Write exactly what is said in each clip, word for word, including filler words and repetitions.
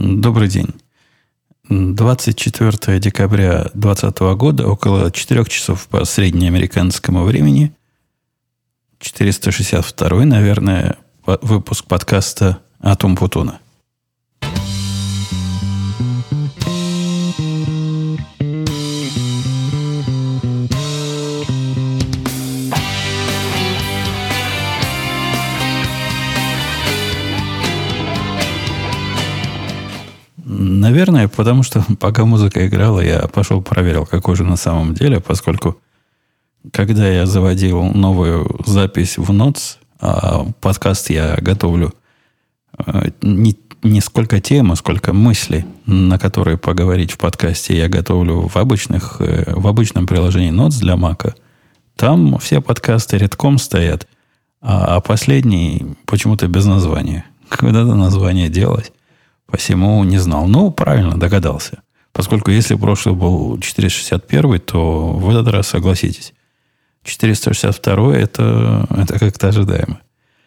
Добрый день. двадцать четвёртого декабря двадцатого года, около четырех часов по среднеамериканскому времени, четыреста шестьдесят второй, наверное, выпуск подкаста «Атум Путуна». Наверное, потому что пока музыка играла, я пошел проверил, какой же на самом деле, поскольку когда я заводил новую запись в Notes, а подкаст я готовлю не, не сколько темы, сколько мысли, на которые поговорить в подкасте, я готовлю в, обычных, в обычном приложении Notes для Mac. Там все подкасты редком стоят, а последний почему-то без названия. Когда-то название делалось. Посему не знал. Ну, правильно, догадался. Поскольку если прошлый был четыреста шестьдесят первый, то в этот раз, согласитесь, четыреста шестьдесят второй это, это как-то ожидаемо.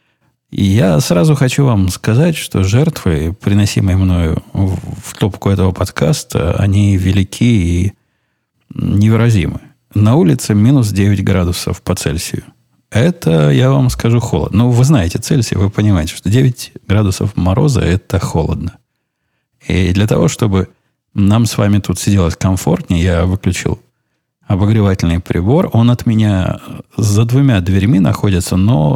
И я сразу хочу вам сказать, что жертвы, приносимые мною в топку этого подкаста, они велики и невыразимы. На улице минус девять градусов по Цельсию. Это, я вам скажу, холодно. Ну, вы знаете Цельсий, вы понимаете, что девять градусов мороза – это холодно. И для того, чтобы нам с вами тут сиделось комфортнее, я выключил обогревательный прибор. Он от меня за двумя дверьми находится, но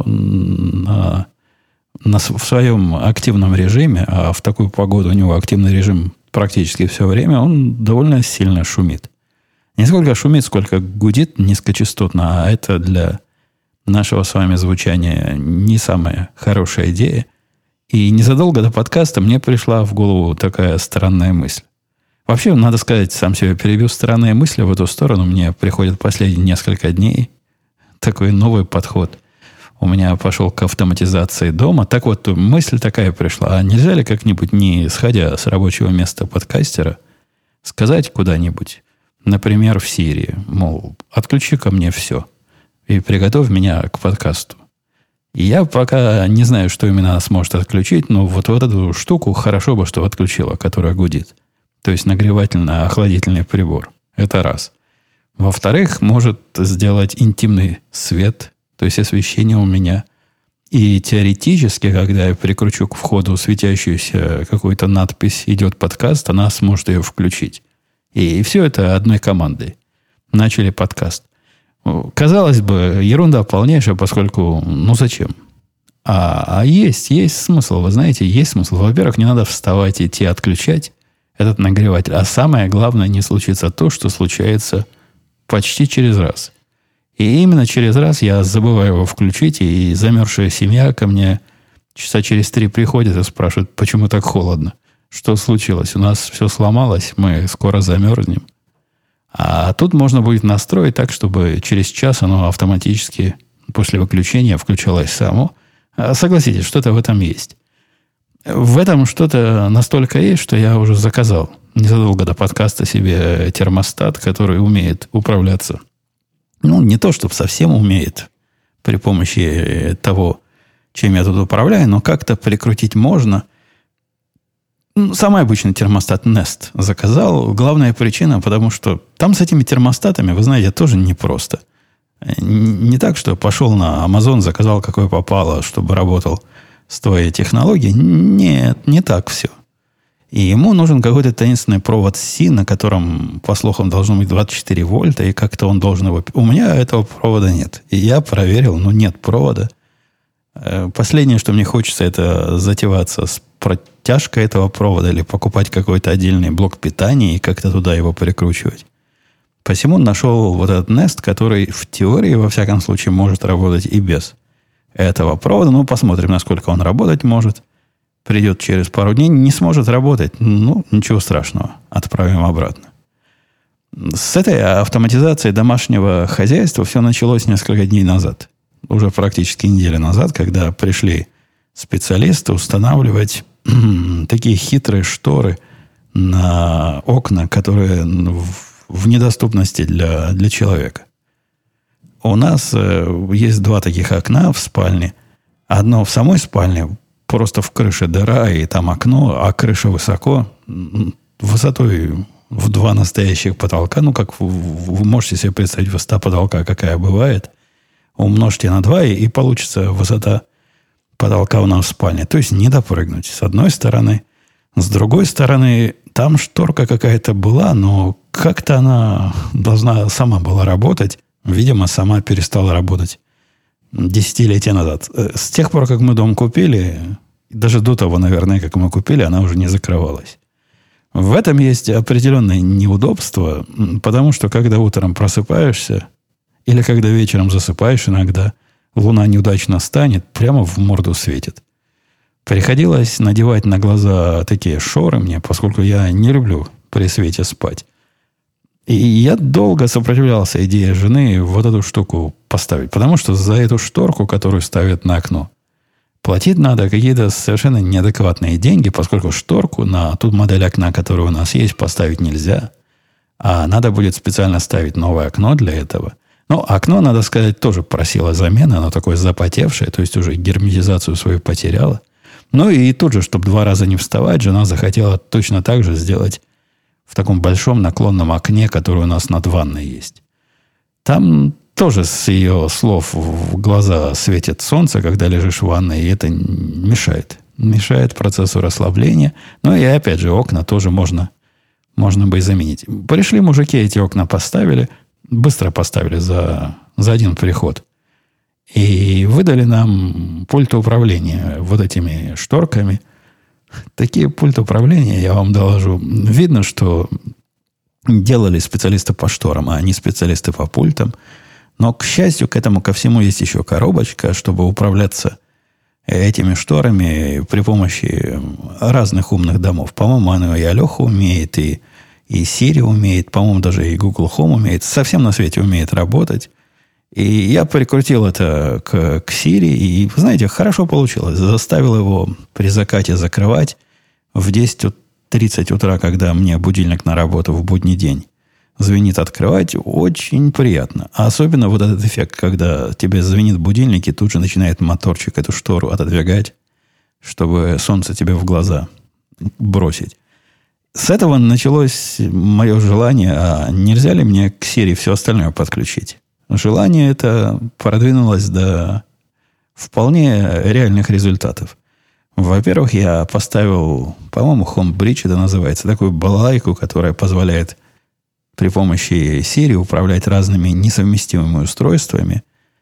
на, на, в своем активном режиме, а в такую погоду у него активный режим практически все время, он довольно сильно шумит. Не сколько шумит, сколько гудит низкочастотно, а это для нашего с вами звучания не самая хорошая идея. И незадолго до подкаста мне пришла в голову такая странная мысль. Вообще, надо сказать, сам себе перебью, странные мысли в эту сторону мне приходят последние несколько дней. Такой новый подход у меня пошел к автоматизации дома. Так вот, мысль такая пришла. А нельзя ли как-нибудь, не сходя с рабочего места подкастера, сказать куда-нибудь, например, в Siri, мол, отключи ко мне все и приготовь меня к подкасту. И я пока не знаю, что именно она сможет отключить, но вот, вот эту штуку хорошо бы, что отключила, которая гудит. То есть нагревательно-охладительный прибор. Это раз. Во-вторых, может сделать интимный свет, то есть освещение у меня. И теоретически, когда я прикручу к входу светящуюся какую-то надпись «Идет подкаст», она сможет ее включить. И все это одной командой. Начали подкаст. Казалось бы, ерунда полнейшая, поскольку, ну зачем? А, а есть, есть смысл, вы знаете, есть смысл. Во-первых, не надо вставать и идти отключать этот нагреватель. А самое главное, не случится то, что случается почти через раз. И именно через раз я забываю его включить, и замерзшая семья ко мне часа через три приходит и спрашивает, почему так холодно? Что случилось? У нас все сломалось, мы скоро замерзнем. А тут можно будет настроить так, чтобы через час оно автоматически после выключения включалось само. Согласитесь, что-то в этом есть. В этом что-то настолько есть, что я уже заказал незадолго до подкаста себе термостат, который умеет управляться. Ну, не то, чтобы совсем умеет при помощи того, чем я тут управляю, но как-то прикрутить можно. Самый обычный термостат Nest заказал. Главная причина, потому что там с этими термостатами, вы знаете, тоже непросто. Не так, что пошел на Amazon, заказал какое попало, чтобы работал с твоей технологией. Нет, не так все. И ему нужен какой-то таинственный провод Си, на котором, по слухам, должно быть двадцать четыре вольта, и как-то он должен его... У меня этого провода нет. И я проверил, но нет провода. Последнее, что мне хочется, это затеваться с протяжкой этого провода или покупать какой-то отдельный блок питания и как-то туда его прикручивать. Посему нашел вот этот Nest, который в теории, во всяком случае, может работать и без этого провода. Ну, посмотрим, насколько он работать может. Придет через пару дней, не сможет работать. Ну, ничего страшного. Отправим обратно. С этой автоматизацией домашнего хозяйства все началось несколько дней назад. Уже практически неделю назад, когда пришли специалисты устанавливать такие хитрые шторы на окна, которые в, в недоступности для, для человека. У нас э, есть два таких окна в спальне. Одно в самой спальне просто в крыше дыра, и там окно, а крыша высоко, высотой в два настоящих потолка, ну, как вы, вы можете себе представить, высота потолка какая бывает, умножьте на два, и, и получится высота потолка у нас в спальне. То есть не допрыгнуть, с одной стороны. С другой стороны, там шторка какая-то была, но как-то она должна сама была работать. Видимо, сама перестала работать десятилетия назад. С тех пор, как мы дом купили, даже до того, наверное, как мы купили, она уже не закрывалась. В этом есть определенное неудобство, потому что когда утром просыпаешься, или когда вечером засыпаешь иногда, луна неудачно станет, прямо в морду светит. Приходилось надевать на глаза такие шоры мне, поскольку я не люблю при свете спать. И я долго сопротивлялся идее жены вот эту штуку поставить. Потому что за эту шторку, которую ставят на окно, платить надо какие-то совершенно неадекватные деньги, поскольку шторку на ту модель окна, которая у нас есть, поставить нельзя. А надо будет специально ставить новое окно для этого. Ну, окно, надо сказать, тоже просило замены. Оно такое запотевшее, то есть уже герметизацию свою потеряло. Ну и тут же, чтобы два раза не вставать, жена захотела точно так же сделать в таком большом наклонном окне, которое у нас над ванной есть. Там тоже с ее слов в глаза светит солнце, когда лежишь в ванной, и это мешает. Мешает процессу расслабления. Ну и опять же, окна тоже можно, можно бы и заменить. Пришли мужики, эти окна поставили, быстро поставили за, за один приход. И выдали нам пульт управления вот этими шторками. Такие пульты управления, я вам доложу. Видно, что делали специалисты по шторам, а не специалисты по пультам. Но, к счастью, к этому ко всему есть еще коробочка, чтобы управляться этими шторами при помощи разных умных домов. По-моему, оно и Алеха умеет, и, и Siri умеет, по-моему, даже и Google Home умеет. Совсем на свете умеет работать. И я прикрутил это к, к Siri, и, знаете, хорошо получилось. Заставил его при закате закрывать в десять тридцать утра, когда мне будильник на работу в будний день звенит, открывать. Очень приятно. А особенно вот этот эффект, когда тебе звенит будильник, и тут же начинает моторчик эту штору отодвигать, чтобы солнце тебе в глаза бросить. С этого началось мое желание, а нельзя ли мне к Siri все остальное подключить? Желание это продвинулось до вполне реальных результатов. Во-первых, я поставил, по-моему, HomeBridge это называется, такую балалайку, которая позволяет при помощи Siri управлять разными несовместимыми устройствами.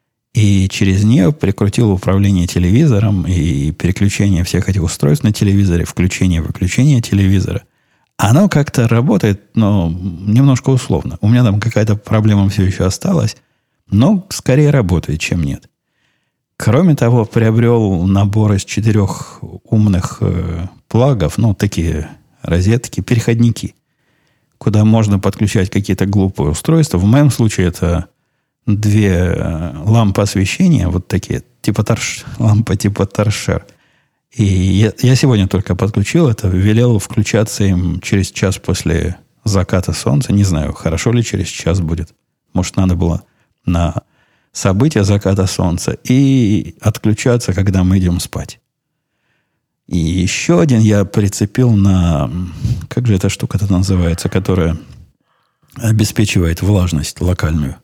И через нее прикрутил управление телевизором и переключение всех этих устройств на телевизоре, включение-выключение телевизора. Оно как-то работает, но немножко условно. У меня там какая-то проблема все еще осталась, но скорее работает, чем нет. Кроме того, приобрел набор из четырех умных э, плагов, ну, такие розетки, переходники, куда можно подключать какие-то глупые устройства. В моем случае это две лампы освещения, вот такие, типа торш, лампа типа торшер. И я, я сегодня только подключил это, велел включаться им через час после заката солнца. Не знаю, хорошо ли через час будет. Может, надо было на события заката солнца и отключаться, когда мы идем спать. И еще один я прицепил на... Как же эта штука-то называется, которая обеспечивает влажность локальную?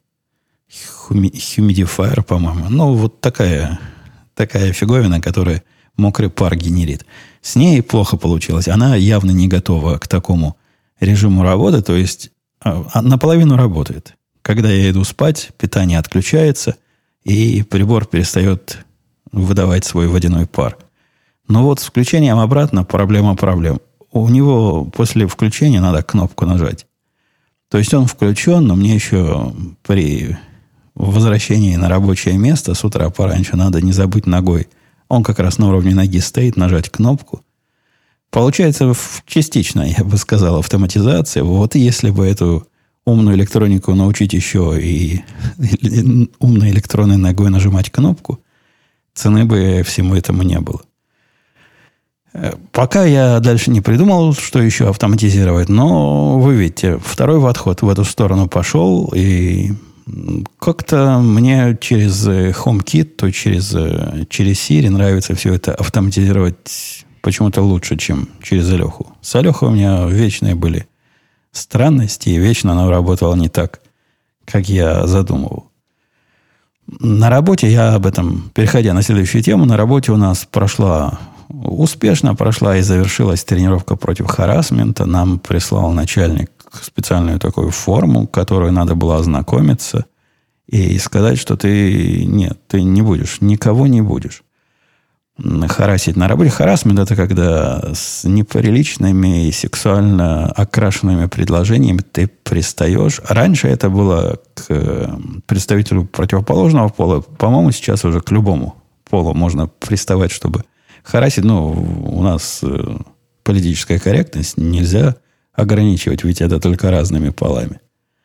Humidify, по-моему. Ну, вот такая, такая фиговина, которая мокрый пар генерит. С ней плохо получилось. Она явно не готова к такому режиму работы. То есть, а, наполовину работает. Когда я иду спать, питание отключается, и прибор перестает выдавать свой водяной пар. Но вот с включением обратно проблема проблем. У него после включения надо кнопку нажать. То есть он включен, но мне еще при возвращении на рабочее место с утра пораньше надо не забыть ногой. Он как раз на уровне ноги стоит, нажать кнопку. Получается частично, я бы сказал, автоматизация. Вот если бы эту умную электронику научить еще и умной электронной ногой нажимать кнопку, цены бы всему этому не было. Пока я дальше не придумал, что еще автоматизировать, но вы видите, второй подход в эту сторону пошел, и Как-то мне через HomeKit, то через, через Siri нравится все это автоматизировать почему-то лучше, чем через Алеху. С Алехой у меня вечные были странности, и вечно она работала не так, как я задумывал. На работе я об этом, переходя на следующую тему, на работе у нас прошла, успешно прошла и завершилась тренировка против харассмента. Нам прислал начальник специальную такую форму, которую надо было ознакомиться и сказать, что ты нет, ты не будешь, никого не будешь харассить на работе. Харассмент – это когда с неприличными и сексуально окрашенными предложениями ты пристаешь. Раньше это было к представителю противоположного пола. По-моему, сейчас уже к любому полу можно приставать, чтобы харассить. Ну, у нас политическая корректность, нельзя ограничивать, ведь это только разными полами.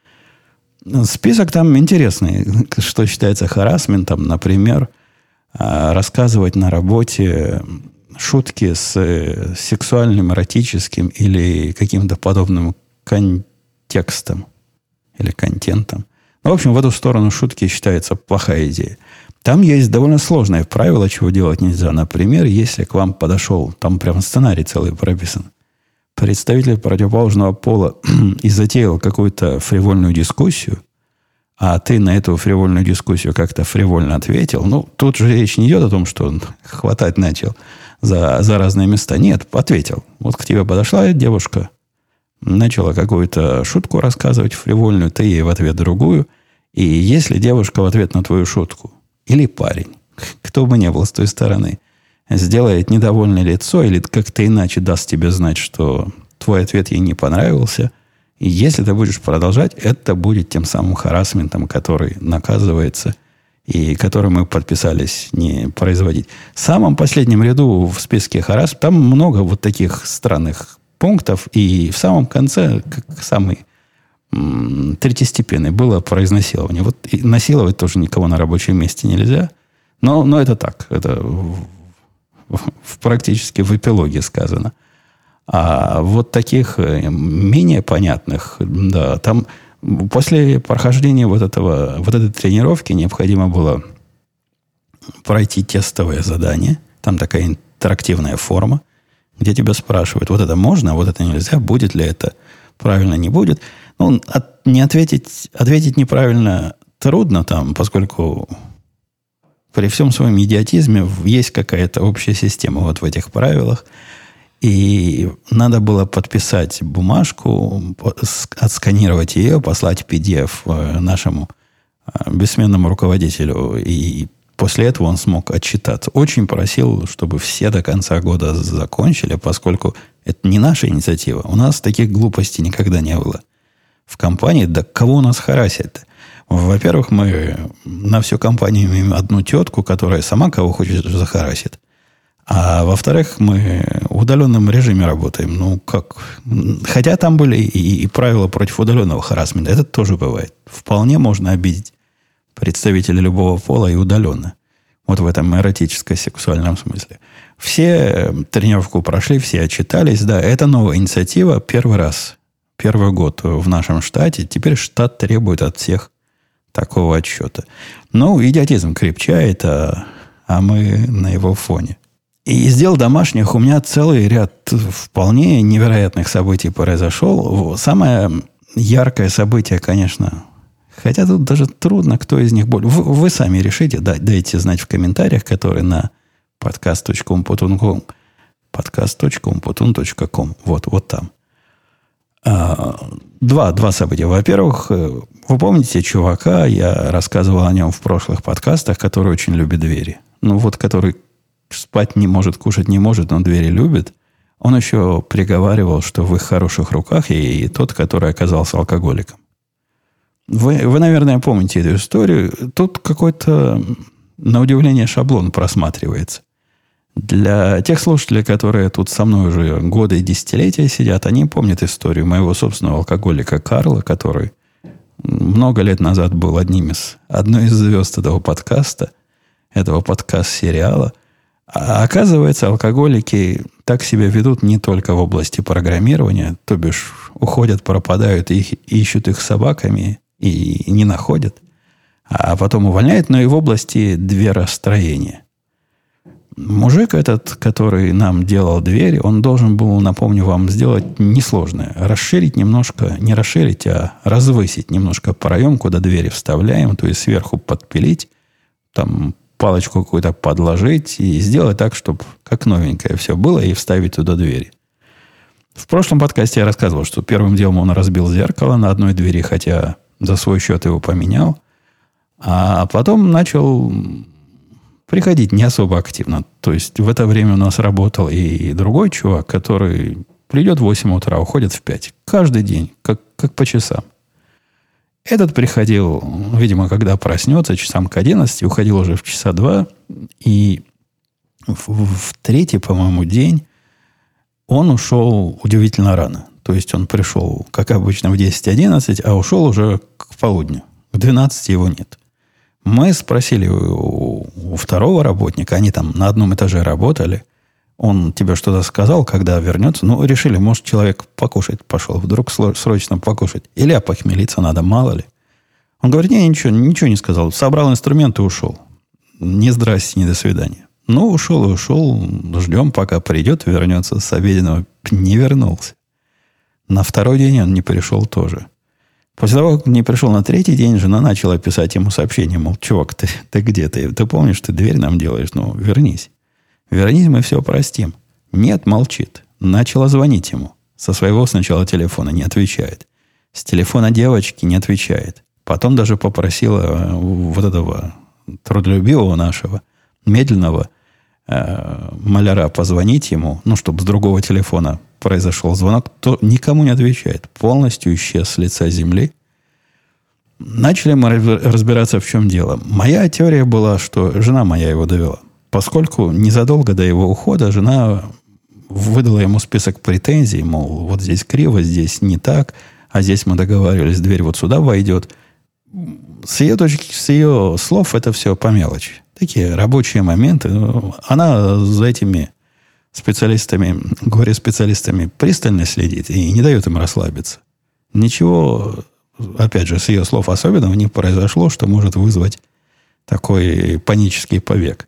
Список там интересный, что считается харассментом. Например, рассказывать на работе шутки с сексуальным, эротическим или каким-то подобным контекстом или контентом. Ну, в общем, в эту сторону шутки считается плохая идея. Там есть довольно сложное правило, чего делать нельзя. Например, если к вам подошел, там прям сценарий целый прописан, представитель противоположного пола и затеял какую-то фривольную дискуссию, а ты на эту фривольную дискуссию как-то фривольно ответил, ну, тут же речь не идет о том, что он хватать начал за, за разные места. Нет, ответил. Вот к тебе подошла девушка, начала какую-то шутку рассказывать фривольную, ты ей в ответ другую. И если девушка в ответ на твою шутку, или парень, кто бы ни был с той стороны, сделает недовольное лицо или как-то иначе даст тебе знать, что твой ответ ей не понравился, и если ты будешь продолжать, это будет тем самым харассментом, который наказывается и который мы подписались не производить. В самом последнем ряду в списке харассмента там много вот таких странных пунктов, и в самом конце, как самый м- третьестепенный, было про изнасилование. Вот и насиловать тоже никого на рабочем месте нельзя, но, но это так, это в, в, практически в эпилоге сказано. А вот таких менее понятных, да, там после прохождения вот этого, вот этой тренировки необходимо было пройти тестовое задание. Там такая интерактивная форма, где тебя спрашивают, вот это можно, вот это нельзя, будет ли это правильно, не будет. Ну, от, не ответить, ответить неправильно трудно там, поскольку при всем своем идиотизме есть какая-то общая система вот в этих правилах. И надо было подписать бумажку, отсканировать ее, послать пи ди эф нашему бессменному руководителю. И после этого он смог отчитаться. Очень просил, чтобы все до конца года закончили, поскольку это не наша инициатива. У нас таких глупостей никогда не было. В компании, да кого у нас харассят? Во-первых, мы на всю компанию имеем одну тетку, которая сама кого хочет захарасит. А во-вторых, мы в удаленном режиме работаем. Ну, как? Хотя там были и, и правила против удаленного харассмента. Это тоже бывает. Вполне можно обидеть представителя любого пола и удаленно. Вот в этом эротическо-сексуальном смысле. Все тренировку прошли, все отчитались. Да, это новая инициатива. Первый раз, первый год в нашем штате. Теперь штат требует от всех такого отчета. Ну, идиотизм крепчает, а, а мы на его фоне. И из дел домашних у меня целый ряд вполне невероятных событий произошел. Самое яркое событие, конечно, хотя тут даже трудно, кто из них более. Вы, вы сами решите, да, дайте знать в комментариях, которые на подкаст точка умпутун точка ком. подкаст точка умпутун точка ком. Вот, вот там. А, два, два события. Во-первых, вы помните чувака, я рассказывал о нем в прошлых подкастах, который очень любит двери. Ну, вот, который спать не может, кушать не может, но двери любит. Он еще приговаривал, что в их хороших руках и тот, который оказался алкоголиком. Вы, вы, наверное, помните эту историю. Тут какой-то, на удивление, шаблон просматривается. Для тех слушателей, которые тут со мной уже годы и десятилетия сидят, они помнят историю моего собственного алкоголика Карла, который много лет назад был одним из, одной из звезд этого подкаста, этого подкаст-сериала. А оказывается, алкоголики так себя ведут не только в области программирования, то бишь уходят, пропадают, и ищут их собаками и не находят. а потом увольняет, но и в области дверостроения. Мужик этот, который нам делал двери, он должен был, напомню вам, сделать несложное. Расширить немножко, не расширить, а развысить немножко проем, куда двери вставляем, то есть сверху подпилить, там палочку какую-то подложить и сделать так, чтобы как новенькое все было, и вставить туда двери. В прошлом подкасте я рассказывал, что первым делом он разбил зеркало на одной двери, хотя за свой счет его поменял, а потом начал приходить не особо активно. То есть в это время у нас работал и другой чувак, который придет в восемь утра, уходит в пять. Каждый день, как, как по часам. Этот приходил, видимо, когда проснется, часам к одиннадцати, уходил уже в часа два. И в, в третий, по-моему, день он ушел удивительно рано. То есть он пришел, как обычно, в десять-одиннадцать, а ушел уже к полудню. В двенадцати его нет. Мы спросили у, у второго работника, они там на одном этаже работали, он тебе что-то сказал, когда вернется. Ну, решили, может, человек покушать пошел, вдруг срочно покушать. Или опохмелиться надо, мало ли. Он говорит, не, ничего, ничего не сказал. Собрал инструменты и ушел. Ни здрасте, ни до свидания. Ну, ушел и ушел. Ждем, пока придет, вернется с обеденного. Не вернулся. На второй день он не пришел тоже. После того, как не пришел на третий день, жена начала писать ему сообщение, мол, чувак, ты, ты где ты? Ты помнишь, ты дверь нам делаешь? Ну, вернись. Вернись, мы все простим. Нет, молчит. Начала звонить ему. Со своего сначала телефона не отвечает. С телефона девочки не отвечает. Потом даже попросила вот этого трудолюбивого нашего, медленного э, маляра позвонить ему, ну, чтобы с другого телефона произошел звонок, то никому не отвечает. Полностью исчез с лица земли. Начали мы разбираться, в чем дело. Моя теория была, что жена моя его довела. Поскольку незадолго до его ухода жена выдала ему список претензий, мол, вот здесь криво, здесь не так, а здесь мы договаривались, дверь вот сюда войдет. С ее точки, с ее слов это все по мелочи. Такие рабочие моменты. Она за этими специалистами, горе-специалистами пристально следит и не дает им расслабиться. Ничего, опять же, с ее слов особенного не произошло, что может вызвать такой панический побег.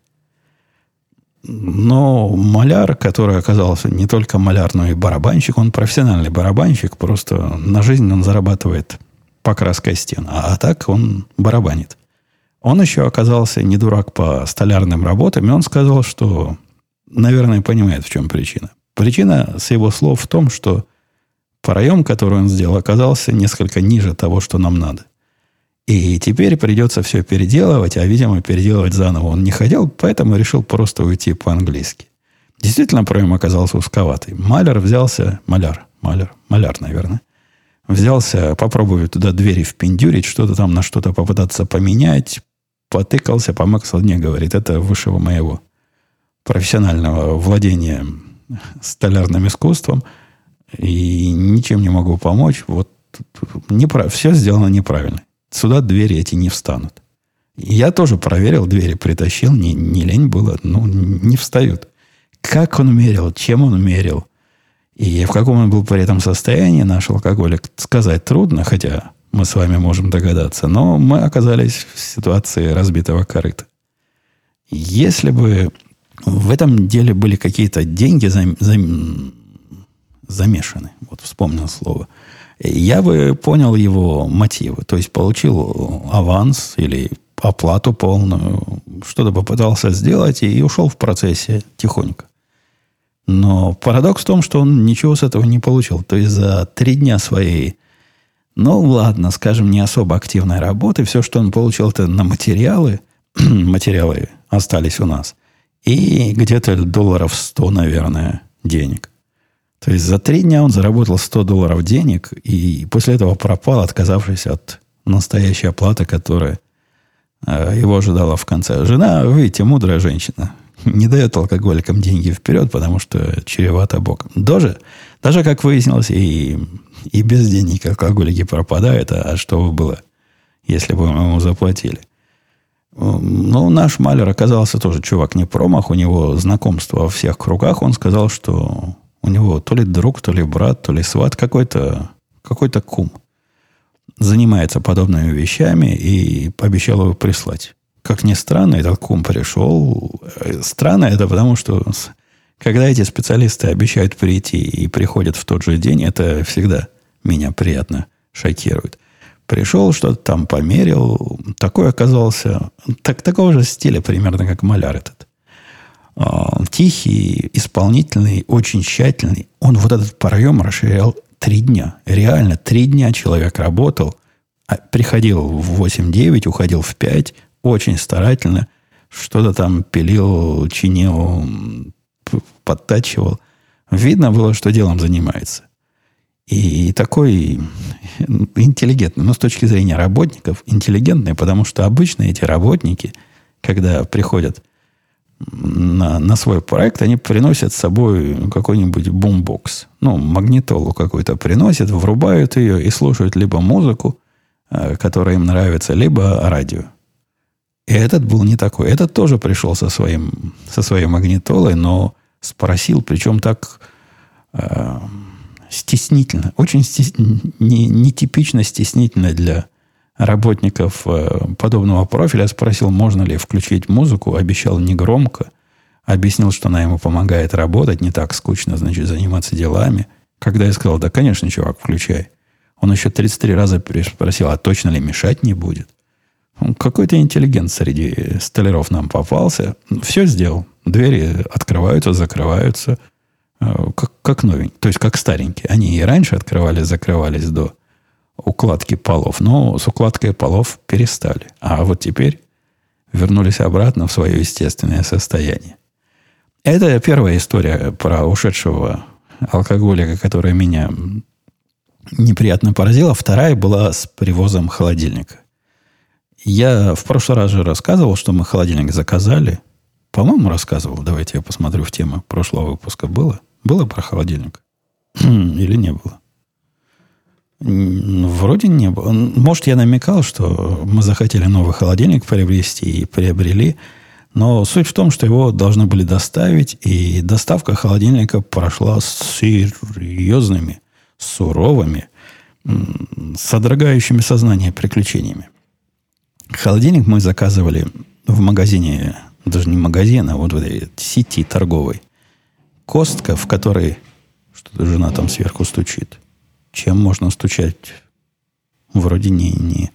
Но маляр, который оказался не только маляр, но и барабанщик, он профессиональный барабанщик, просто на жизнь он зарабатывает покраской стен, а, а так он барабанит. Он еще оказался не дурак по столярным работам, и он сказал, что, наверное, понимает, в чем причина. Причина, с его слов, в том, что проем, который он сделал, оказался несколько ниже того, что нам надо. И теперь придется все переделывать, а, видимо, переделывать заново он не хотел, поэтому решил просто уйти по-английски. Действительно, проем оказался узковатый. Маляр взялся... Маляр, маляр, маляр, наверное. Взялся попробовать туда двери впендюрить, что-то там на что-то попытаться поменять. Потыкался, помыкался. Не, говорит, это высшего моего профессионального владения столярным искусством. И ничем не могу помочь. Вот неправ... все сделано неправильно. Сюда двери эти не встанут. Я тоже проверил, двери притащил, не, не лень было, ну, не встают. Как он мерил, чем он мерил, и в каком он был при этом состоянии, наш алкоголик, сказать трудно, хотя мы с вами можем догадаться, но мы оказались в ситуации разбитого корыта. Если бы в этом деле были какие-то деньги зам, зам, замешаны, вот вспомнил слово, я бы понял его мотивы. То есть получил аванс или оплату полную, что-то попытался сделать и ушел в процессе тихонько. Но парадокс в том, что он ничего с этого не получил. То есть за три дня своей, ну ладно, скажем, не особо активной работы, все, что он получил, это на материалы, материалы остались у нас, и где-то долларов сто, наверное, денег. То есть за три дня он заработал сто долларов денег, и после этого пропал, отказавшись от настоящей оплаты, которая э, его ожидала в конце. Жена, видите, мудрая женщина. Не дает алкоголикам деньги вперед, потому что чревато боком. Даже, даже как выяснилось, и, и без денег алкоголики пропадают. А что бы было, если бы мы ему заплатили? Ну, наш маляр оказался тоже чувак не промах. У него знакомство во всех кругах. Он сказал, что у него то ли друг, то ли брат, то ли сват какой-то, какой-то кум. занимается подобными вещами и пообещал его прислать. Как ни странно, этот кум пришел. Странно это потому, что когда эти специалисты обещают прийти и приходят в тот же день, это всегда меня приятно шокирует. Пришел, что-то там померил. Такой оказался... Так, такого же стиля примерно, как маляр этот. Тихий, исполнительный, очень тщательный. Он вот этот проем расширял три дня. Реально, три дня человек работал. Приходил в восемь-девять, уходил в пять. Очень старательно. Что-то там пилил, чинил, подтачивал. Видно было, что делом занимается. И такой интеллигентный. Но с точки зрения работников, интеллигентный, потому что обычно эти работники, когда приходят на, на свой проект, они приносят с собой какой-нибудь бумбокс. Ну, магнитолу какую-то приносят, врубают ее и слушают либо музыку, которая им нравится, либо радио. И этот был не такой. Этот тоже пришел со, своим, со своей магнитолой, но спросил, причем так э, стеснительно, очень стес... не, нетипично стеснительно для работников э, подобного профиля. Спросил, можно ли включить музыку, обещал негромко, объяснил, что она ему помогает работать, не так скучно, значит, заниматься делами. Когда я сказал, да, конечно, чувак, включай. Он еще тридцать три раза переспросил, а точно ли мешать не будет? Какой-то интеллигент среди столяров нам попался. Все сделал. Двери открываются, закрываются. Как, как новенькие. То есть, как старенькие. Они и раньше открывались, закрывались до укладки полов. Но с укладкой полов перестали. А вот теперь вернулись обратно в свое естественное состояние. Это первая история про ушедшего алкоголика, которая меня неприятно поразила. Вторая была с привозом холодильника. Я в прошлый раз же рассказывал, что мы холодильник заказали. По-моему, рассказывал. Давайте я посмотрю в тему прошлого выпуска. Было? Было про холодильник? Или не было? Вроде не было. Может, я намекал, что мы захотели новый холодильник приобрести и приобрели. Но суть в том, что его должны были доставить. И доставка холодильника прошла с серьезными, суровыми, содрогающими сознание приключениями. Холодильник мы заказывали в магазине, даже не магазин, а вот в этой сети торговой. Костка, в которой что-то жена там сверху стучит. Чем можно стучать? Вроде не, не.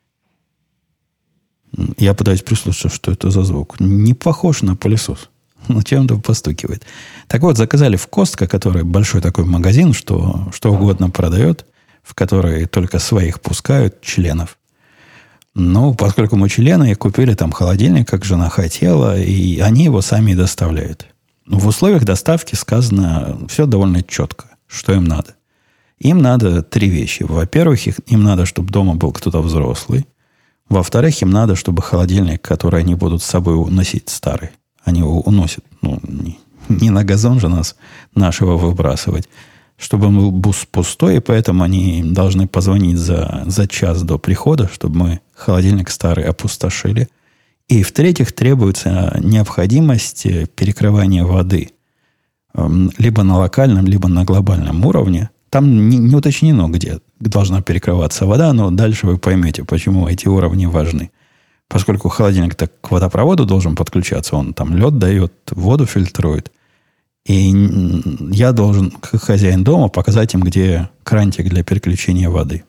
Я пытаюсь прислушаться, что это за звук. Не похож на пылесос. Но чем-то постукивает. Так вот, заказали в Костка, который большой такой магазин, что, что угодно продает, в который только своих пускают, членов. Ну, поскольку мы члены, купили там холодильник, как жена хотела, и они его сами доставляют. В условиях доставки сказано все довольно четко, что им надо. Им надо три вещи. Во-первых, им надо, чтобы дома был кто-то взрослый. Во-вторых, им надо, чтобы холодильник, который они будут с собой уносить, старый, они его уносят. Ну, не, не на газон же нас нашего выбрасывать. Чтобы он был пустой, и поэтому они должны позвонить за, за час до прихода, чтобы мы холодильник старый опустошили. И в-третьих, требуется необходимость перекрывания воды. Либо на локальном, либо на глобальном уровне. Там не, не уточнено, где должна перекрываться вода, но дальше вы поймете, почему эти уровни важны. Поскольку холодильник так к водопроводу должен подключаться, он там лед дает, воду фильтрует. И я должен, как хозяин дома, показать им, где крантик для переключения воды.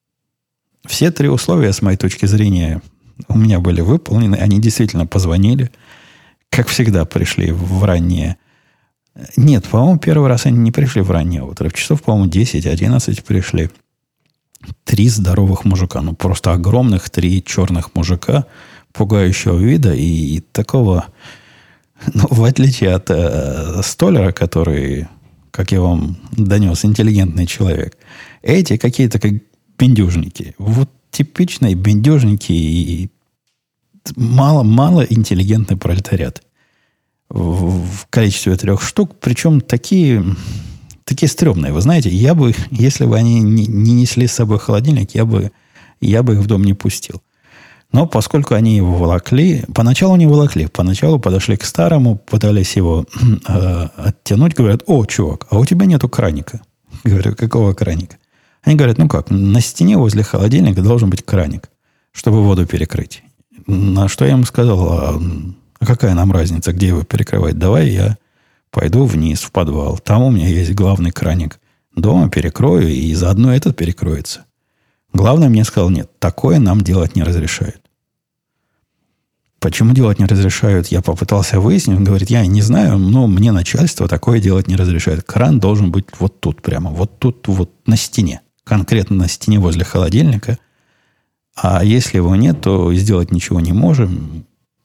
Все три условия, с моей точки зрения, у меня были выполнены. Они действительно позвонили. Как всегда, пришли в раннее... Нет, по-моему, первый раз они не пришли в раннее утро. В часов, по-моему, десять-одиннадцать пришли. Три здоровых мужика. Ну, просто огромных три черных мужика, пугающего вида и такого... Ну, в отличие от э, столяра, который, как я вам донес, интеллигентный человек, эти какие-то как бендюжники. Вот типичные бендюжники и мало-мало интеллигентный пролетариат. В, в количестве трех штук. Причем такие, такие стрёмные. Вы знаете, я бы, если бы они не, не несли с собой холодильник, я бы, я бы их в дом не пустил. Но поскольку они его волокли, поначалу не волокли, поначалу подошли к старому, пытались его э, оттянуть, говорят, о, чувак, а у тебя нету краника. Говорю, какого краника? Они говорят, ну как, на стене возле холодильника должен быть краник, чтобы воду перекрыть. На что я им сказал, а, а какая нам разница, где его перекрывать? Давай я пойду вниз, в подвал. Там у меня есть главный краник. Дома перекрою, и заодно этот перекроется. Главное, мне сказал, нет, такое нам делать не разрешают. Почему делать не разрешают, я попытался выяснить. Он говорит, я не знаю, но мне начальство такое делать не разрешает. Кран должен быть вот тут прямо, вот тут, вот на стене. Конкретно на стене возле холодильника. А если его нет, то сделать ничего не можем.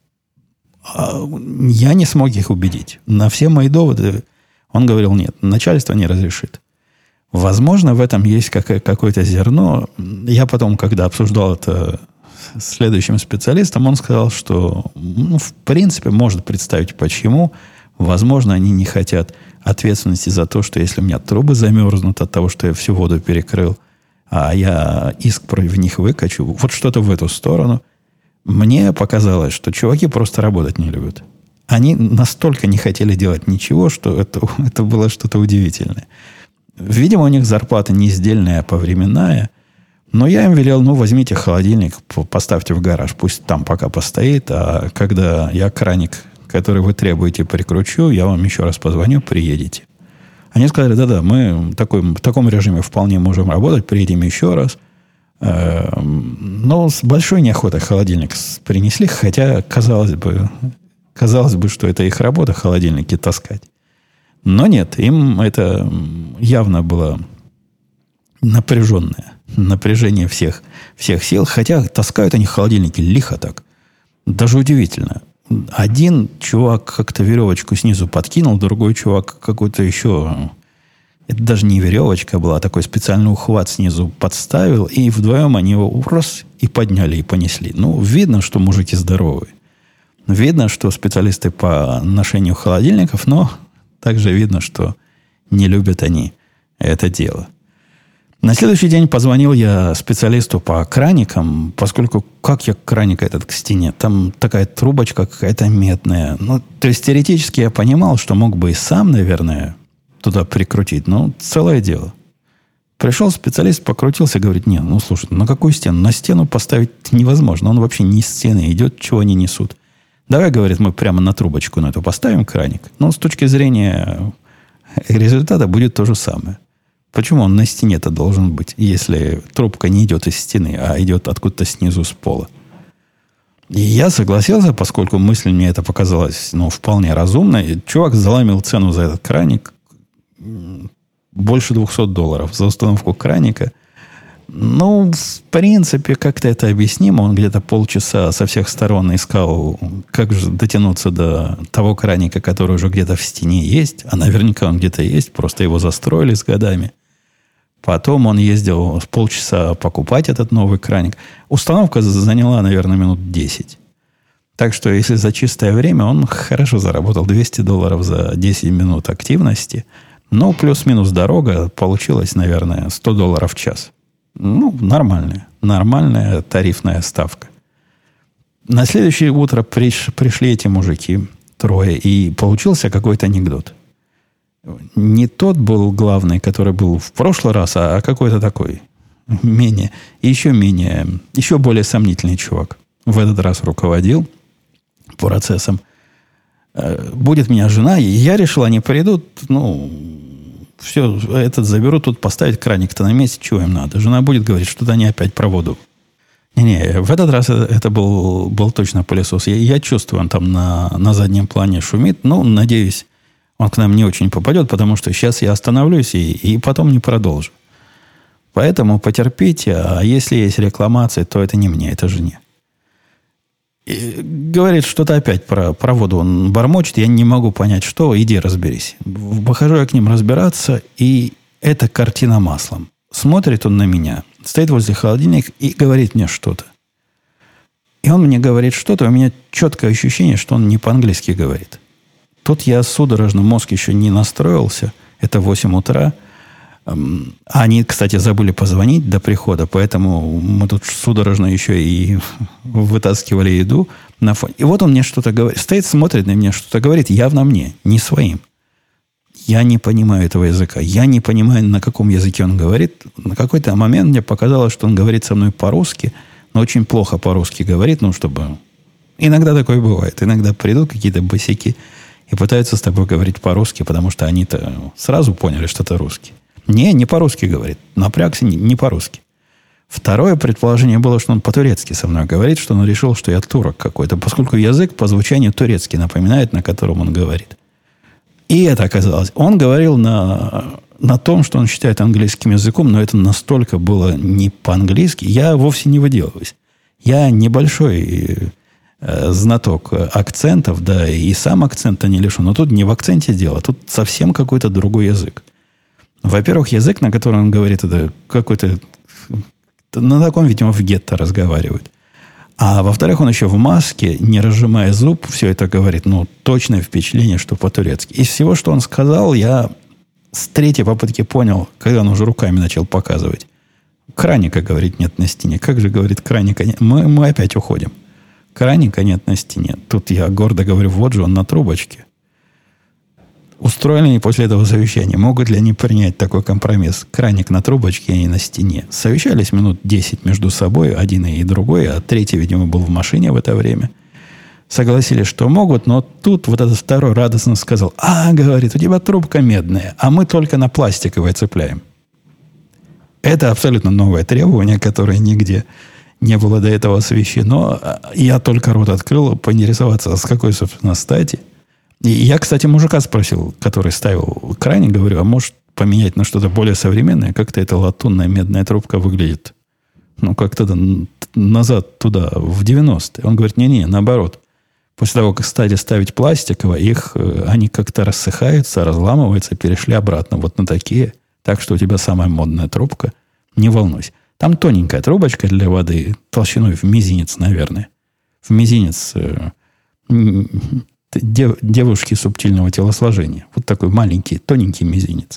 А я не смог их убедить. На все мои доводы он говорил, нет, начальство не разрешит. Возможно, в этом есть какое-то зерно. Я потом, когда обсуждал это с следующим специалистом, он сказал, что, ну, в принципе, может представить, почему. Возможно, они не хотят ответственности за то, что если у меня трубы замерзнут от того, что я всю воду перекрыл, а я иск против них выкачу, вот что-то в эту сторону. Мне показалось, что чуваки просто работать не любят. Они настолько не хотели делать ничего, что это, это было что-то удивительное. Видимо, у них зарплата не издельная, а повременная. Но я им велел, ну, возьмите холодильник, поставьте в гараж, пусть там пока постоит, а когда я краник, который вы требуете, прикручу, я вам еще раз позвоню, приедете. Они сказали, да-да, мы в, такой, в таком режиме вполне можем работать, приедем еще раз. Но с большой неохотой холодильник принесли, хотя, казалось бы, казалось бы, что это их работа, холодильники таскать. Но нет, им это явно было напряженное. Напряжение всех, всех сил. Хотя таскают они холодильники лихо так. Даже удивительно. Один чувак как-то веревочку снизу подкинул, другой чувак какой-то еще... Это даже не веревочка была, а такой специальный ухват снизу подставил, и вдвоем они его раз и подняли, и понесли. Ну, видно, что мужики здоровые. Видно, что специалисты по ношению холодильников, но также видно, что не любят они это дело. На следующий день позвонил я специалисту по краникам, поскольку как я краник этот к стене? Там такая трубочка какая-то медная. Ну, то есть теоретически я понимал, что мог бы и сам, наверное, туда прикрутить. Но целое дело. Пришел специалист, покрутился, говорит, не, ну слушай, на какую стену? На стену поставить невозможно. Он вообще не из стены идет, чего они несут. Давай, говорит, мы прямо на трубочку на эту поставим краник. Но с точки зрения результата будет то же самое. Почему он на стене-то должен быть, если трубка не идет из стены, а идет откуда-то снизу с пола? И я согласился, поскольку мысль мне это показалась, ну, вполне разумной. Чувак заломил цену за этот краник больше двухсот долларов за установку краника. Ну, в принципе, как-то это объяснимо. Он где-то полчаса со всех сторон искал, как же дотянуться до того краника, который уже где-то в стене есть. А наверняка он где-то есть, просто его застроили с годами. Потом он ездил полчаса покупать этот новый краник. Установка заняла, наверное, минут десять. Так что, если за чистое время, он хорошо заработал двести долларов за десять минут активности. Но плюс-минус дорога получилась, наверное, сто долларов в час. Ну, нормальная. Нормальная тарифная ставка. На следующее утро приш, пришли эти мужики, трое, и получился какой-то анекдот. Не тот был главный, который был в прошлый раз, а какой-то такой менее, еще менее, еще более сомнительный чувак. В этот раз руководил процессом. Будет меня жена, и я решил, они придут, ну, все, этот заберут, тут поставить краник-то на месте, чего им надо. Жена будет говорить, что-то они опять про воду. Не-не, в этот раз это был, был точно пылесос. Я, я чувствую, он там на, на заднем плане шумит. Ну, надеюсь, он к нам не очень попадет, потому что сейчас я остановлюсь и, и потом не продолжу. Поэтому потерпите, а если есть рекламация, то это не мне, это жене. И говорит что-то опять про, про воду. Он бормочет, я не могу понять, что. Иди разберись. Выхожу я к ним разбираться, и это картина маслом. Смотрит он на меня, стоит возле холодильника и говорит мне что-то. И он мне говорит что-то, у меня четкое ощущение, что он не по-английски говорит. Тут я судорожно, мозг еще не настроился. Это восемь утра. Они, кстати, забыли позвонить до прихода, поэтому мы тут судорожно еще и вытаскивали еду на фоне. И вот он мне что-то говорит. Стоит, смотрит на меня, что-то говорит, явно мне, не своим. Я не понимаю этого языка. Я не понимаю, на каком языке он говорит. На какой-то момент мне показалось, что он говорит со мной по-русски, но очень плохо по-русски говорит, ну, чтобы... Иногда такое бывает. Иногда придут какие-то босяки и пытаются с тобой говорить по-русски, потому что они-то сразу поняли, что ты русский. Не, не по-русски говорит. Напрягся, не, не по-русски. Второе предположение было, что он по-турецки со мной говорит, что он решил, что я турок какой-то, поскольку язык по звучанию турецкий напоминает, на котором он говорит. И это оказалось. Он говорил на, на том, что он считает английским языком, но это настолько было не по-английски. Я вовсе не выделываюсь. Я небольшой э, знаток акцентов, да, и сам акцента не лишен. Но тут не в акценте дело, тут совсем какой-то другой язык. Во-первых, язык, на котором он говорит, это какой-то... На таком, видимо, в гетто разговаривают. А во-вторых, он еще в маске, не разжимая зуб, все это говорит. Ну, точное впечатление, что по-турецки. Из всего, что он сказал, я с третьей попытки понял, когда он уже руками начал показывать. Краника, говорит, нет на стене. Как же, говорит, краника нет? Мы, мы опять уходим. Краника нет на стене. Тут я гордо говорю, вот же он на трубочке. Устроили они после этого совещания? Могут ли они принять такой компромисс? Краник на трубочке, а не на стене. Совещались минут десять между собой, один и другой, а третий, видимо, был в машине в это время. Согласились, что могут, но тут вот этот второй радостно сказал, а, говорит, у тебя трубка медная, а мы только на пластиковое цепляем. Это абсолютно новое требование, которое нигде не было до этого освещено. Я только рот открыл, поинтересоваться, с какой, собственно, стати. И я, кстати, мужика спросил, который ставил краник, говорю, а может поменять на что-то более современное? Как-то эта латунная медная трубка выглядит, ну, как-то назад туда, в девяностые. Он говорит, не-не, наоборот. После того, как стали ставить пластиковые, их, они как-то рассыхаются, разламываются, перешли обратно вот на такие. Так что у тебя самая модная трубка. Не волнуйся. Там тоненькая трубочка для воды, толщиной в мизинец, наверное. В мизинец... девушки субтильного телосложения. Вот такой маленький, тоненький мизинец.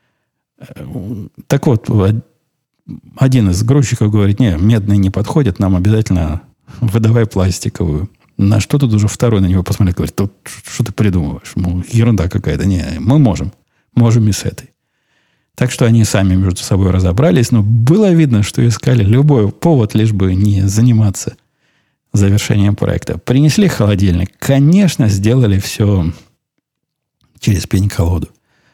Так вот, один из грузчиков говорит, не, медные не подходят, нам обязательно выдавай пластиковую. На что тут уже второй на него посмотрел, говорит, тут что ты придумываешь? Мол, ерунда какая-то. Не, мы можем. Можем и с этой. Так что они сами между собой разобрались, но было видно, что искали любой повод, лишь бы не заниматься завершением проекта. Принесли холодильник. Конечно, сделали все через пень-колоду.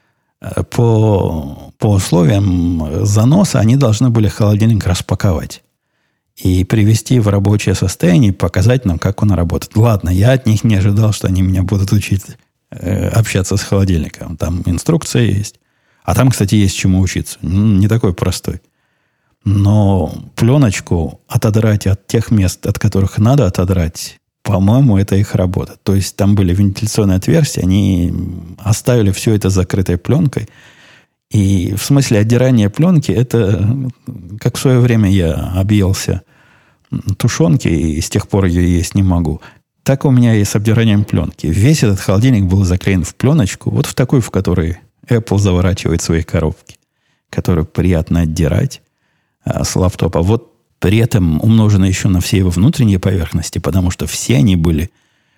По, по условиям заноса они должны были холодильник распаковать и привести в рабочее состояние, показать нам, как он работает. Ладно, я от них не ожидал, что они меня будут учить э, общаться с холодильником. Там инструкция есть. А там, кстати, есть чему учиться. Не такой простой. Но пленочку отодрать от тех мест, от которых надо отодрать, по-моему, это их работа. То есть там были вентиляционные отверстия, они оставили все это закрытой пленкой. И в смысле отдирания пленки, это как в свое время я объелся тушенки, и с тех пор ее есть не могу. Так у меня и с обдиранием пленки. Весь этот холодильник был заклеен в пленочку, вот в такую, в которой Apple заворачивает свои коробки, которую приятно отдирать с лаптопа. Вот при этом умножено еще на все его внутренние поверхности, потому что все они были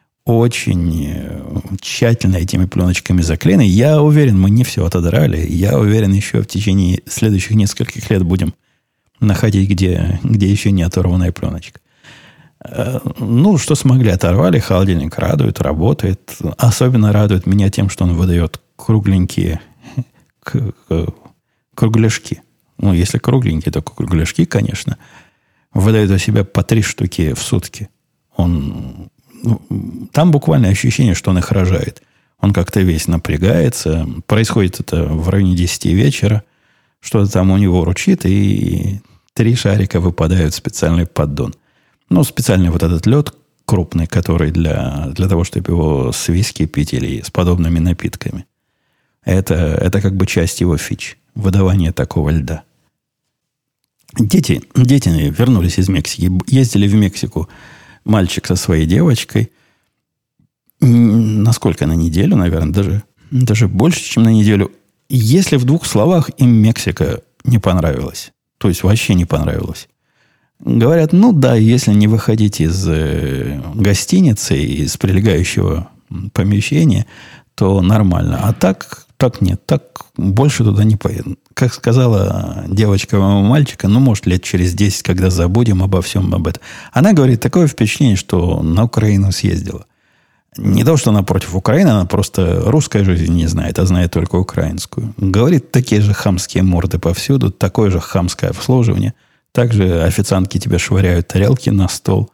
очень тщательно этими пленочками заклеены. Я уверен, мы не все отодрали. Я уверен, еще в течение следующих нескольких лет будем находить, где, где еще не оторванная пленочка. Ну, что смогли, оторвали. Холодильник радует, работает. Особенно радует меня тем, что он выдает кругленькие кругляшки. Ну, если кругленькие, то кругляшки, конечно. Выдает у себя по три штуки в сутки. Он, ну, там буквально ощущение, что он их рожает. Он как-то весь напрягается. Происходит это в районе десяти вечера. Что-то там у него ручит, и три шарика выпадают в специальный поддон. Ну, специальный вот этот лед крупный, который для, для того, чтобы его с виски пить или с подобными напитками. Это, это как бы часть его фич. Выдавание такого льда. Дети, дети вернулись из Мексики. Ездили в Мексику мальчик со своей девочкой. Насколько? На неделю, наверное. Даже, даже больше, чем на неделю. Если в двух словах им Мексика не понравилась. То есть вообще не понравилась. Говорят, ну да, если не выходить из э, гостиницы, из прилегающего помещения, то нормально. А так так нет, так больше туда не поеду. Как сказала девочка моего мальчика, ну, может, лет через десять, когда забудем обо всем об этом. Она говорит, такое впечатление, что на Украину съездила. Не то, что она против Украины, она просто русской жизни не знает, а знает только украинскую. Говорит, такие же хамские морды повсюду, такое же хамское обслуживание. Также официантки тебе швыряют тарелки на стол.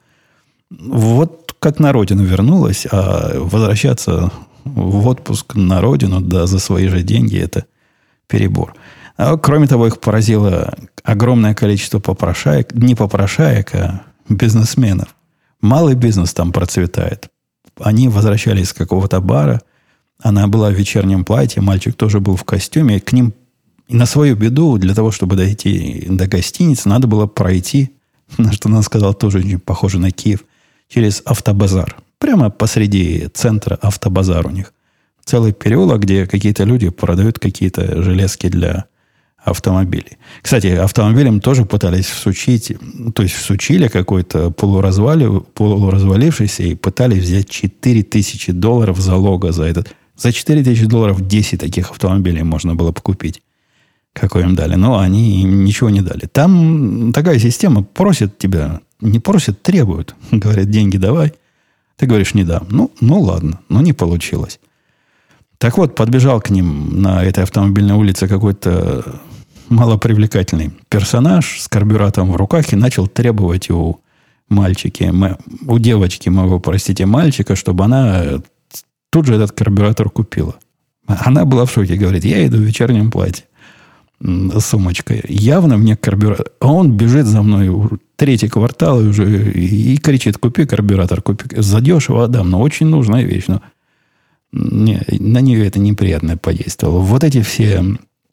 Вот как на родину вернулась, а возвращаться в отпуск на родину, да, за свои же деньги, это перебор. А кроме того, их поразило огромное количество попрошаек, не попрошаек, а бизнесменов. Малый бизнес там процветает. Они возвращались из какого-то бара, она была в вечернем платье, мальчик тоже был в костюме. К ним и на свою беду, для того, чтобы дойти до гостиницы, надо было пройти, на что она сказала, тоже очень похоже на Киев, через автобазар. Прямо посреди центра автобазар у них. Целый переулок, где какие-то люди продают какие-то железки для автомобилей. Кстати, автомобилям тоже пытались всучить, то есть всучили какой-то полуразвали, полуразвалившийся и пытались взять четыре тысячи долларов залога за этот. За четыре тысячи долларов десять таких автомобилей можно было покупить. Какой им дали. Но они им ничего не дали. Там такая система, просят тебя, не просят, требуют. Говорят, деньги давай. Ты говоришь, не дам. Ну, ну ладно, но не получилось. Так вот, подбежал к ним на этой автомобильной улице какой-то малопривлекательный персонаж с карбюратором в руках и начал требовать у мальчики, у девочки моего, простите, мальчика, чтобы она тут же этот карбюратор купила. Она была в шоке, говорит, я иду в вечернем платье с сумочкой. Явно мне карбюратор... А он бежит за мной третий квартал и уже и кричит, купи карбюратор, купи. Задешево отдам, но очень нужная вещь. Но не, на нее это неприятно подействовало. Вот эти все,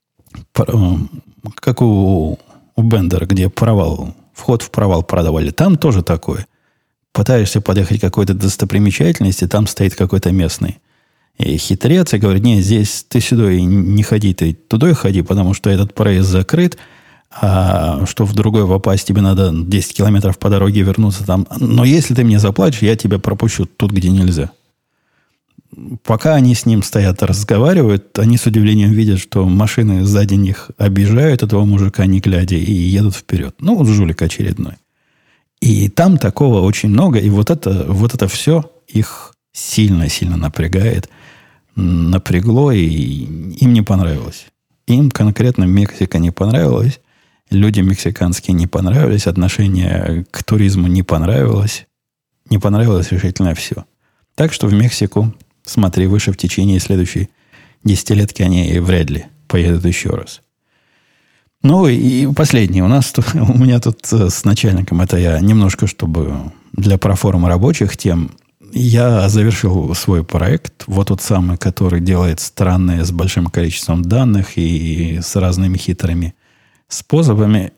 как у, у Бендера, где провал, вход в провал продавали, там тоже такое. Пытаешься подъехать к какой-то достопримечательности, там стоит какой-то местный и хитрец, и говорит, нет, здесь ты сюда и не ходи, ты туда и ходи, потому что этот проезд закрыт, а что в другой попасть, тебе надо десять километров по дороге вернуться там. Но если ты мне заплатишь, я тебя пропущу тут, где нельзя. Пока они с ним стоят, разговаривают, они с удивлением видят, что машины сзади них обижают этого мужика, не глядя, и едут вперед. Ну, вот жулик очередной. И там такого очень много, и вот это, вот это все их сильно-сильно напрягает, напрягло, и им не понравилось. Им конкретно Мексика не понравилась, люди мексиканские не понравились, отношение к туризму не понравилось, не понравилось решительно все. Так что в Мексику, смотри выше, в течение следующей десятилетки они вряд ли поедут еще раз. Ну и последний. У нас тут, у меня тут с начальником, это я немножко, чтобы для проформы рабочих тем, я завершил свой проект, вот тот самый, который делает странные с большим количеством данных и с разными хитрыми способами.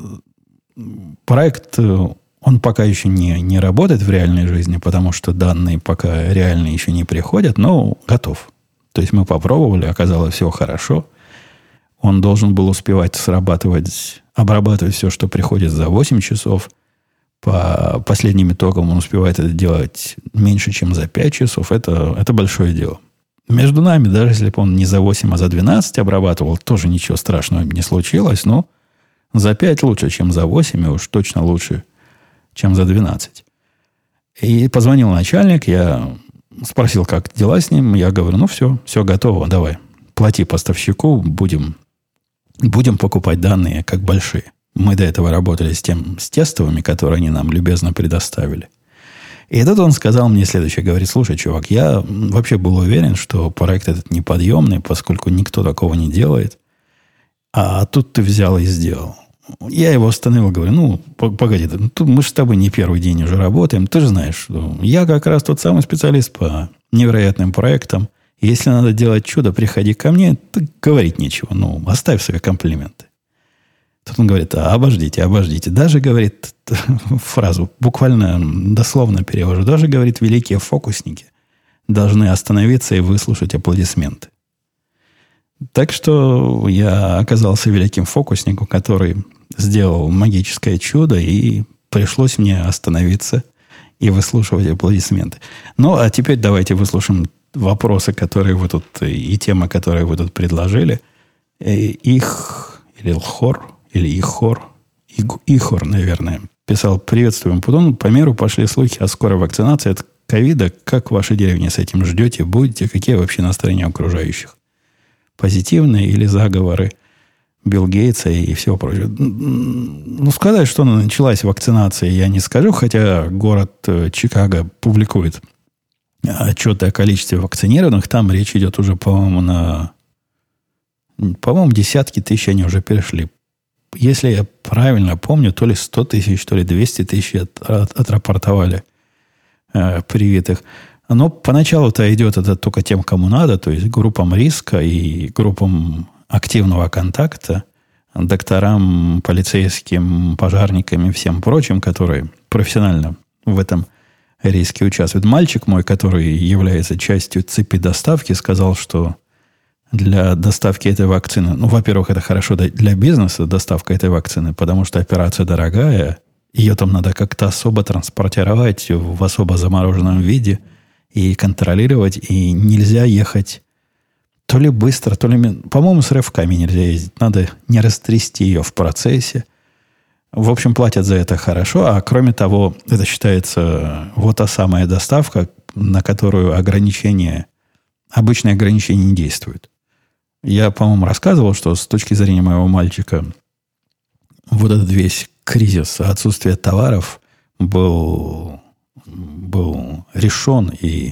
Проект, он пока еще не, не работает в реальной жизни, потому что данные пока реально еще не приходят, но готов. То есть мы попробовали, оказалось все хорошо. Он должен был успевать срабатывать, обрабатывать все, что приходит за восемь часов. По последним итогам он успевает это делать меньше, чем за пять часов. Это, это большое дело. Между нами, даже если бы он не за восемь, а за двенадцать обрабатывал, тоже ничего страшного не случилось. Но за пять лучше, чем за восемь, и уж точно лучше, чем за двенадцать. И позвонил начальник, я спросил, как дела с ним. Я говорю, ну все, все готово, давай. Плати поставщику, будем, будем покупать данные как большие. Мы до этого работали с тем, с тестовыми, которые они нам любезно предоставили. И тут он сказал мне следующее. Говорит, слушай, чувак, я вообще был уверен, что проект этот неподъемный, поскольку никто такого не делает. А тут ты взял и сделал. Я его остановил, говорю, ну, погоди, тут мы же с тобой не первый день уже работаем. Ты же знаешь, что я как раз тот самый специалист по невероятным проектам. Если надо делать чудо, приходи ко мне, ты говорить нечего. Ну, оставь свои комплименты. Тут он говорит, а, обождите, обождите. Даже, говорит, фразу, буквально дословно перевожу, даже, говорит, великие фокусники должны остановиться и выслушать аплодисменты. Так что я оказался великим фокусником, который сделал магическое чудо, и пришлось мне остановиться и выслушивать аплодисменты. Ну, а теперь давайте выслушаем вопросы, которые вы тут, и темы, которые вы тут предложили, их, или Лхор, или Ихор, Ихор, наверное, писал: приветствуем, Путун. По миру пошли слухи о скорой вакцинации от ковида. Как в вашей деревне с этим ждете? Будете? Какие вообще настроения окружающих? Позитивные или заговоры Билл Гейтса и всего прочего? Ну, сказать, что началась вакцинация, я не скажу, хотя город Чикаго публикует отчеты о количестве вакцинированных. Там речь идет уже, по-моему, на... По-моему, десятки тысяч они уже перешли. Если я правильно помню, то ли сто тысяч, то ли двести тысяч от, от, отрапортовали э, привитых. Но поначалу-то идет это только тем, кому надо, то есть группам риска и группам активного контакта, докторам, полицейским, пожарникам и всем прочим, которые профессионально в этом риске участвуют. Мальчик мой, который является частью цепи доставки, сказал, что для доставки этой вакцины, ну, во-первых, это хорошо для бизнеса, доставка этой вакцины, потому что операция дорогая, ее там надо как-то особо транспортировать в особо замороженном виде и контролировать, и нельзя ехать то ли быстро, то ли... По-моему, с рывками нельзя ездить. Надо не растрясти ее в процессе. В общем, платят за это хорошо, а кроме того, это считается вот та самая доставка, на которую ограничения, обычные ограничения не действуют. Я, по-моему, рассказывал, что с точки зрения моего мальчика вот этот весь кризис отсутствия товаров был, был решен и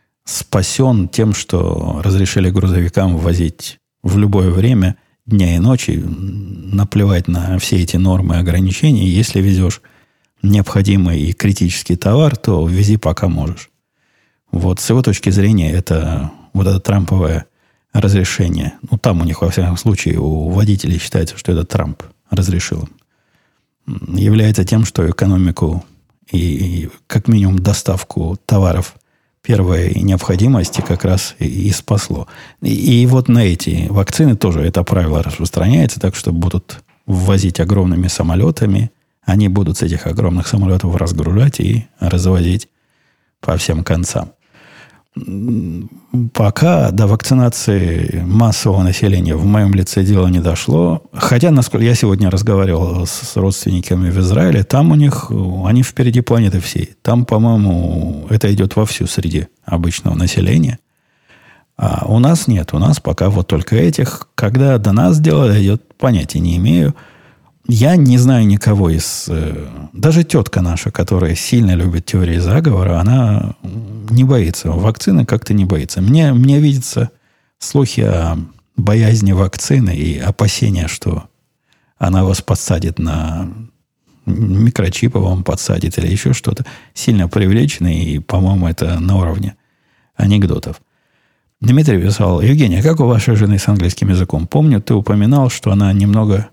спасен тем, что разрешили грузовикам ввозить в любое время, дня и ночи, наплевать на все эти нормы и ограничения. Если везешь необходимый и критический товар, то вези пока можешь. Вот с его точки зрения это вот это трамповое разрешение. Ну, там у них, во всяком случае, у водителей считается, что это Трамп разрешил им. Является тем, что экономику и, и как минимум доставку товаров первой необходимости как раз и, и спасло. И, и вот на эти вакцины тоже это правило распространяется, так что будут ввозить огромными самолетами. Они будут с этих огромных самолетов разгружать и развозить по всем концам. Пока до вакцинации массового населения в моем лице дело не дошло. Хотя, насколько я сегодня разговаривал с родственниками в Израиле, там у них, они впереди планеты всей. Там, по-моему, это идет вовсю среди обычного населения. А у нас нет. У нас пока вот только этих. Когда до нас дело дойдет, понятия не имею. Я не знаю никого из... Даже тетка наша, которая сильно любит теории заговора, она не боится. Вакцины как-то не боится. Мне, мне видятся слухи о боязни вакцины и опасения, что она вас подсадит на... Микрочипы вам подсадит или еще что-то. Сильно преувеличены, и, по-моему, это на уровне анекдотов. Дмитрий писал: Евгений, а как у вашей жены с английским языком? Помню, ты упоминал, что она немного...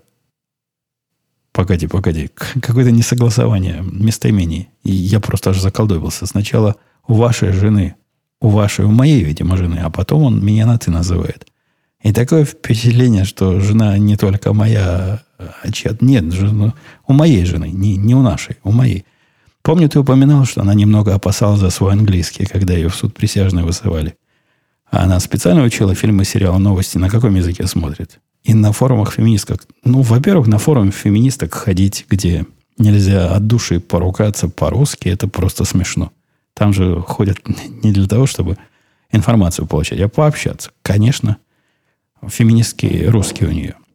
Погоди, погоди. Какое-то несогласование местоимений. И я просто аж заколдобился. Сначала у вашей жены, у вашей, у моей, видимо, жены, а потом он меня на «ты» называет. И такое впечатление, что жена не только моя, а чья... Нет, жена, у моей жены, не, не у нашей, у моей. Помню, ты упоминал, что она немного опасалась за свой английский, когда ее в суд присяжные вызывали. А она специально учила фильмы, сериалы, новости. На каком языке смотрит? И на форумах феминисток. Ну, во-первых, на форуме феминисток ходить, где нельзя от души поругаться по-русски, это просто смешно. Там же ходят не для того, чтобы информацию получать, а пообщаться. Конечно, феминистские русские у нее.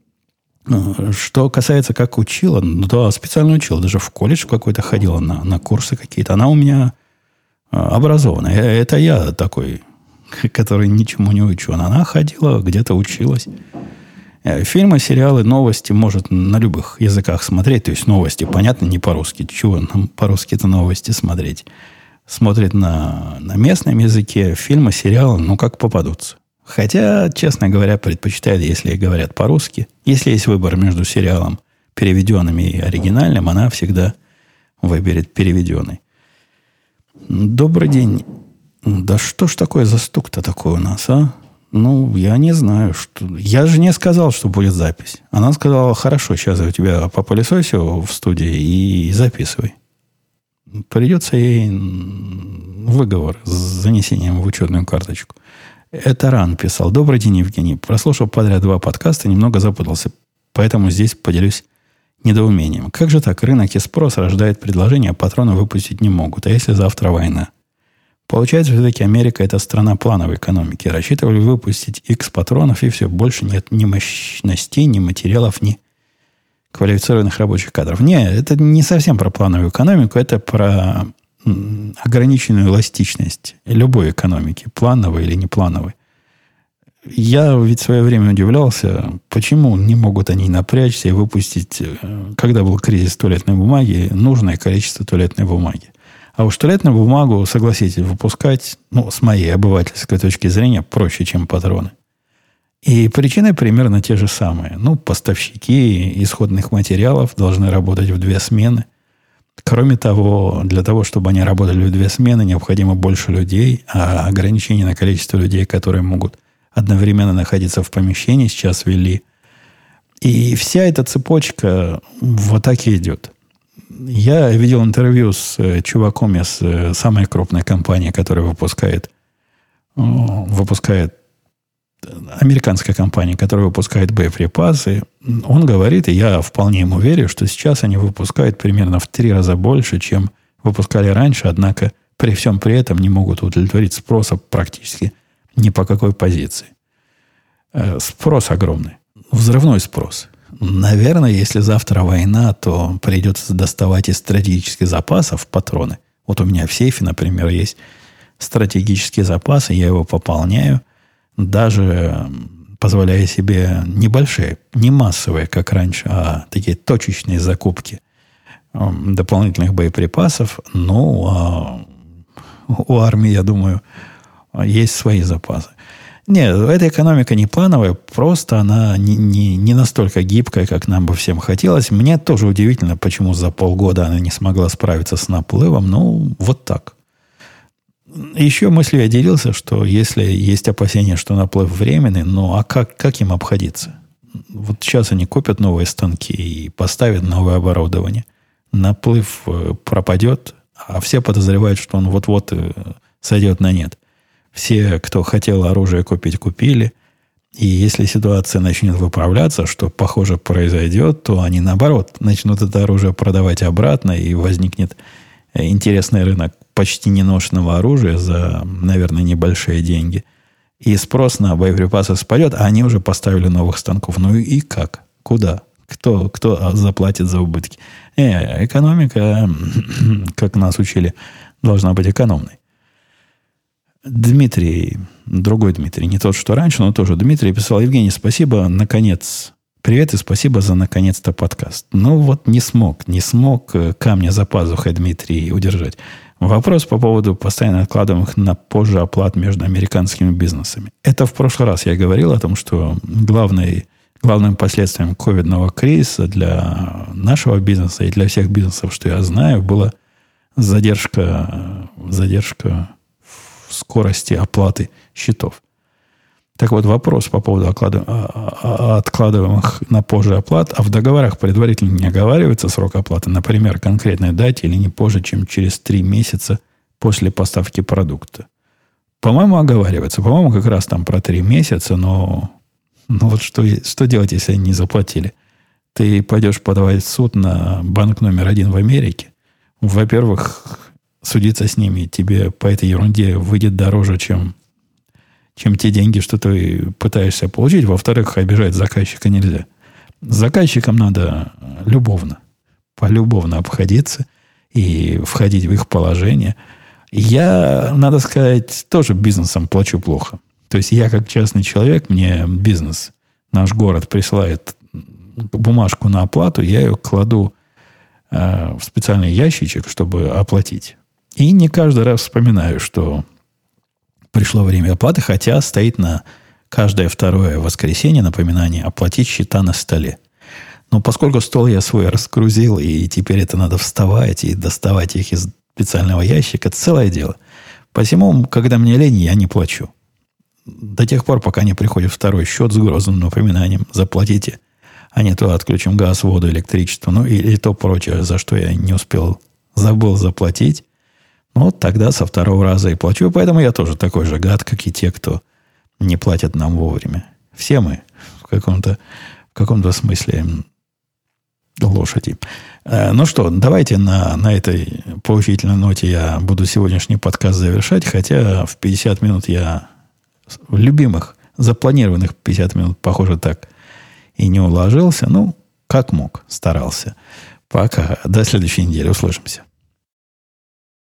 Что касается, как учила, ну да, специально учила. Даже в колледж какой-то ходила на, на курсы какие-то. Она у меня образованная. Это я такой, который ничему не учу. Она ходила, где-то училась. Фильмы, сериалы, новости может на любых языках смотреть. То есть новости, понятно, не по-русски. Чего нам по-русски-то новости смотреть? Смотрит на, на местном языке фильмы, сериалы, ну, как попадутся. Хотя, честно говоря, предпочитает, если говорят по-русски. Если есть выбор между сериалом переведенным и оригинальным, она всегда выберет переведенный. Добрый день. Да что ж такое за стук-то такой у нас, а? Ну, я не знаю. Что... Я же не сказал, что будет запись. Она сказала: хорошо, сейчас я у тебя попылесосю в студии и записывай. придется ей выговор с занесением в учетную карточку. Это Ран писал. Добрый день, Евгений. Прослушал подряд два подкаста, немного запутался. Поэтому здесь поделюсь недоумением. Как же так? Рынок и спрос рождает предложение, а патроны выпустить не могут. А если завтра война? Получается, все-таки Америка – это страна плановой экономики. Рассчитывали выпустить X патронов, и все, больше нет ни мощностей, ни материалов, ни квалифицированных рабочих кадров. Не, это не совсем про плановую экономику, это про ограниченную эластичность любой экономики, плановой или неплановой. Я ведь в свое время удивлялся, почему не могут они напрячься и выпустить, когда был кризис туалетной бумаги, нужное количество туалетной бумаги. А уж туалетную бумагу, согласитесь, выпускать, ну, с моей обывательской точки зрения, проще, чем патроны. И причины примерно те же самые. Ну, поставщики исходных материалов должны работать в две смены. Кроме того, для того, чтобы они работали в две смены, необходимо больше людей, а ограничение на количество людей, которые могут одновременно находиться в помещении, сейчас ввели. И вся эта цепочка вот так и идет. Я видел интервью с чуваком из самой крупной компании, которая выпускает, выпускает американская компания, которая выпускает боеприпасы. Он говорит, и я вполне ему верю, что сейчас они выпускают примерно в три раза больше, чем выпускали раньше, однако при всем при этом не могут удовлетворить спроса практически ни по какой позиции. Спрос огромный. Взрывной спрос. Наверное, если завтра война, то придется доставать из стратегических запасов патроны. Вот у меня в сейфе, например, есть стратегические запасы, я его пополняю, даже позволяя себе небольшие, не массовые, как раньше, а такие точечные закупки дополнительных боеприпасов. Ну, а у армии, я думаю, есть свои запасы. Нет, эта экономика не плановая, просто она не, не, не настолько гибкая, как нам бы всем хотелось. Мне тоже удивительно, почему за полгода она не смогла справиться с наплывом. Ну, вот так. Еще мыслью я делился, что если есть опасения, что наплыв временный, ну, а как, как им обходиться? Вот сейчас они купят новые станки и поставят новое оборудование. Наплыв пропадет, а все подозревают, что он вот-вот сойдет на нет. Все, кто хотел оружие купить, купили. И если ситуация начнет выправляться, что, похоже, произойдет, то они, наоборот, начнут это оружие продавать обратно, и возникнет интересный рынок почти неношенного оружия за, наверное, небольшие деньги. И спрос на боеприпасы спадет, а они уже поставили новых станков. Ну и как? Куда? Кто, кто заплатит за убытки? Э, экономика, как нас учили, должна быть экономной. Дмитрий, другой Дмитрий, не тот, что раньше, но тоже Дмитрий писал: Евгений, спасибо, наконец, привет и спасибо за наконец-то подкаст. Ну вот не смог, не смог камня за пазухой Дмитрий удержать. Вопрос по поводу постоянно откладываемых на позже оплат между американскими бизнесами. Это в прошлый раз я говорил о том, что главной, главным последствием ковидного кризиса для нашего бизнеса и для всех бизнесов, что я знаю, была задержка, задержка в скорости оплаты счетов. Так вот, вопрос по поводу откладываемых на позже оплат, а в договорах предварительно не оговаривается срок оплаты, например, конкретной дате или не позже, чем через три месяца после поставки продукта. По-моему, оговаривается. По-моему, как раз там про три месяца, но ну вот что, что делать, если они не заплатили? Ты пойдешь подавать в суд на банк номер один в Америке. Во-первых, судиться с ними тебе по этой ерунде выйдет дороже, чем, чем те деньги, что ты пытаешься получить. Во-вторых, обижать заказчика нельзя. С заказчиком надо любовно, полюбовно обходиться и входить в их положение. Я, надо сказать, тоже бизнесом плачу плохо. То есть я, как частный человек, мне бизнес, наш город присылает бумажку на оплату, я ее кладу э, в специальный ящичек, чтобы оплатить. И не каждый раз вспоминаю, что пришло время оплаты, хотя стоит на каждое второе воскресенье напоминание оплатить счета на столе. Но поскольку стол я свой разгрузил, и теперь это надо вставать и доставать их из специального ящика, это целое дело. Посему, когда мне лень, я не плачу. До тех пор, пока не приходит второй счет с грозным напоминанием: заплатите, а не то отключим газ, воду, электричество, ну или то прочее, за что я не успел забыл заплатить. Ну, вот тогда со второго раза и плачу. Поэтому я тоже такой же гад, как и те, кто не платят нам вовремя. Все мы в каком-то, в каком-то смысле лошади. Ну что, давайте на, на этой поучительной ноте я буду сегодняшний подкаст завершать, хотя в пятьдесят минут я любимых, запланированных пятьдесят минут, похоже, так и не уложился. Ну, как мог, старался. Пока. До следующей недели. Услышимся.